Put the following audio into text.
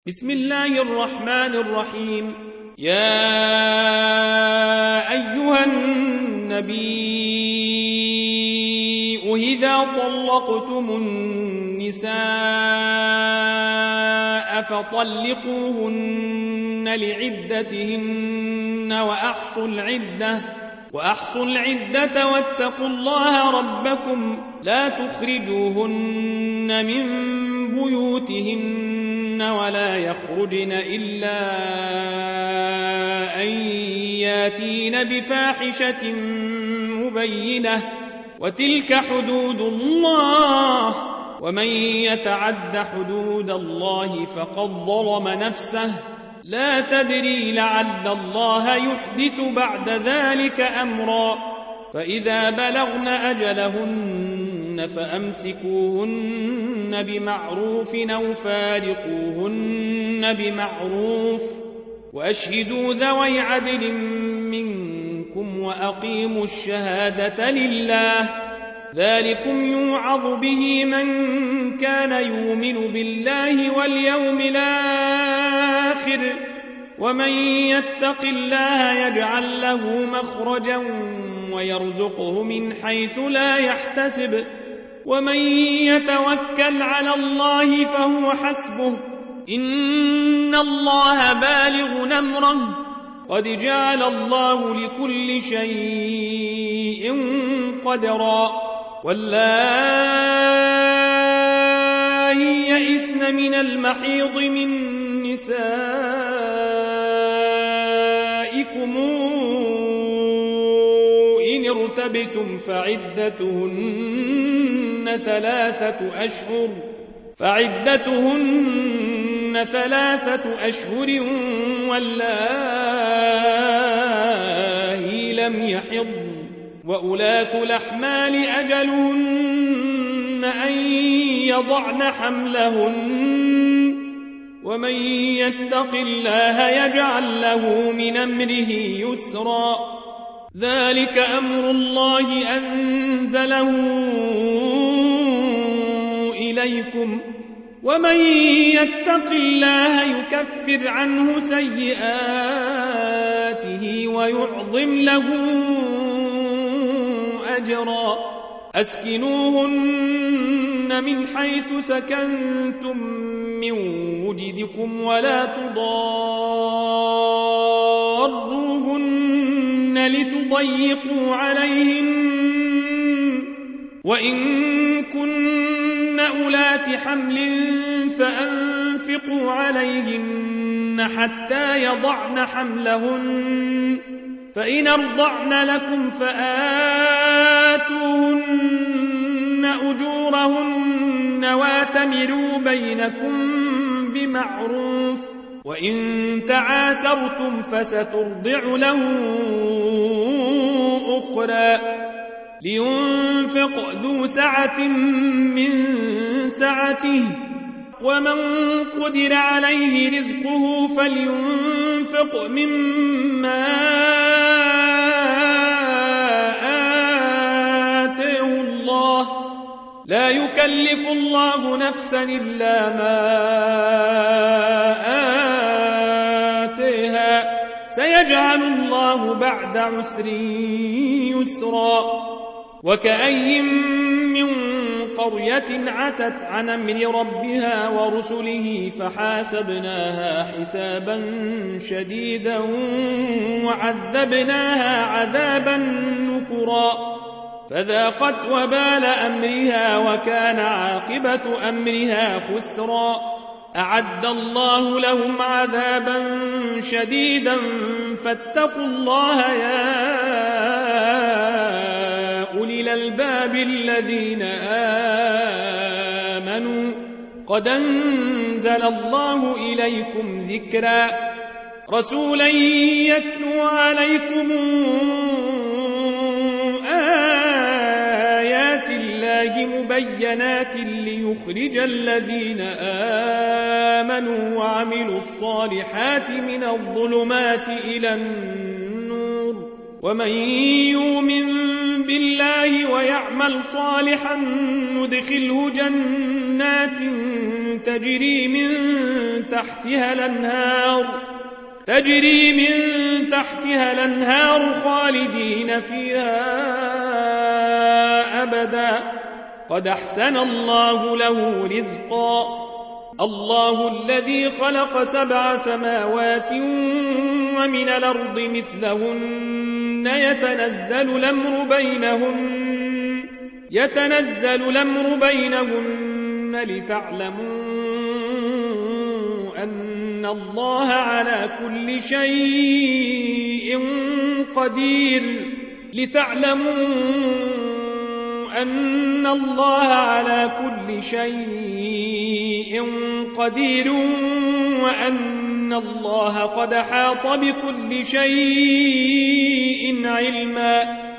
بسم الله الرحمن الرحيم. يا أيها النبي إذا طلقتم النساء فطلقوهن لعدتهن وأحصوا العدة واتقوا الله ربكم لا تخرجوهن من بيوتهن ولا يخرجن إلا أن ياتين بفاحشة مبينة وتلك حدود الله ومن يتعد حدود الله فقد ظلم نفسه لا تدري لعل الله يحدث بعد ذلك أمرا فإذا بلغن أجلهن فأمسكوهن بمعروف أو فارقوهن بمعروف وأشهدوا ذوي عدل منكم وأقيموا الشهادة لله ذلكم يوعظ به من كان يؤمن بالله واليوم الآخر ومن يتق الله يجعل له مخرجا ويرزقه من حيث لا يحتسب ومن يتوكل على الله فهو حسبه إن الله بالغ أمره قد جعل الله لكل شيء قدرا واللائي يئسن من المحيض من نسائكم إن ارتبتم فعدتهن ثلاثة أشهر واللائي لم يحضن وأولاة الأحمال أجلهن أن يضعن حملهن ومن يتق الله يجعل له من أمره يسرا ذلك أمر الله أنزله إليكم ومن يتق الله يكفر عنه سيئاته ويعظم له أجرا أسكنوهن من حيث سكنتم من وجدكم ولا تضاروهن لتضيقوا عليهن وإن كن أولات حمل فأنفقوا عليهن حتى يضعن حملهن فإن أرضعن لكم فآتوهن أجورهن واتمروا بينكم بمعروف وإن تعاسرتم فسترضع له أخرى لينفق ذو سعة من سعته ومن قدر عليه رزقه فلينفق مما آتاه الله لا يكلف الله نفسا إلا ما آتاها سيجعل الله بعد عسر يسرا وكأي من قرية عتت عن أمر ربها ورسله فحاسبناها حسابا شديدا وعذبناها عذابا نكرا فذاقت وبال أمرها وكان عاقبة أمرها خسرا أعد الله لهم عذابا شديدا فاتقوا الله يا أولي الألباب الذين آمنوا قد أنزل الله إليكم ذكرا رسولا يتلو عليكم آيات الله مبينات ليخرج الذين آمنوا وعملوا الصالحات من الظلمات إلى النور ومن يؤمن بالله ويعمل صالحا ندخله جنات تجري من تحتها الأنهار خالدين فيها أبدا قد أحسن الله له رزقا الله الذي خلق 7 سماوات ومن الأرض مثلهن يتنزل الأمر بينهن لتعلموا أن الله على كل شيء قدير وأن الله قد حاط بكل شيء علما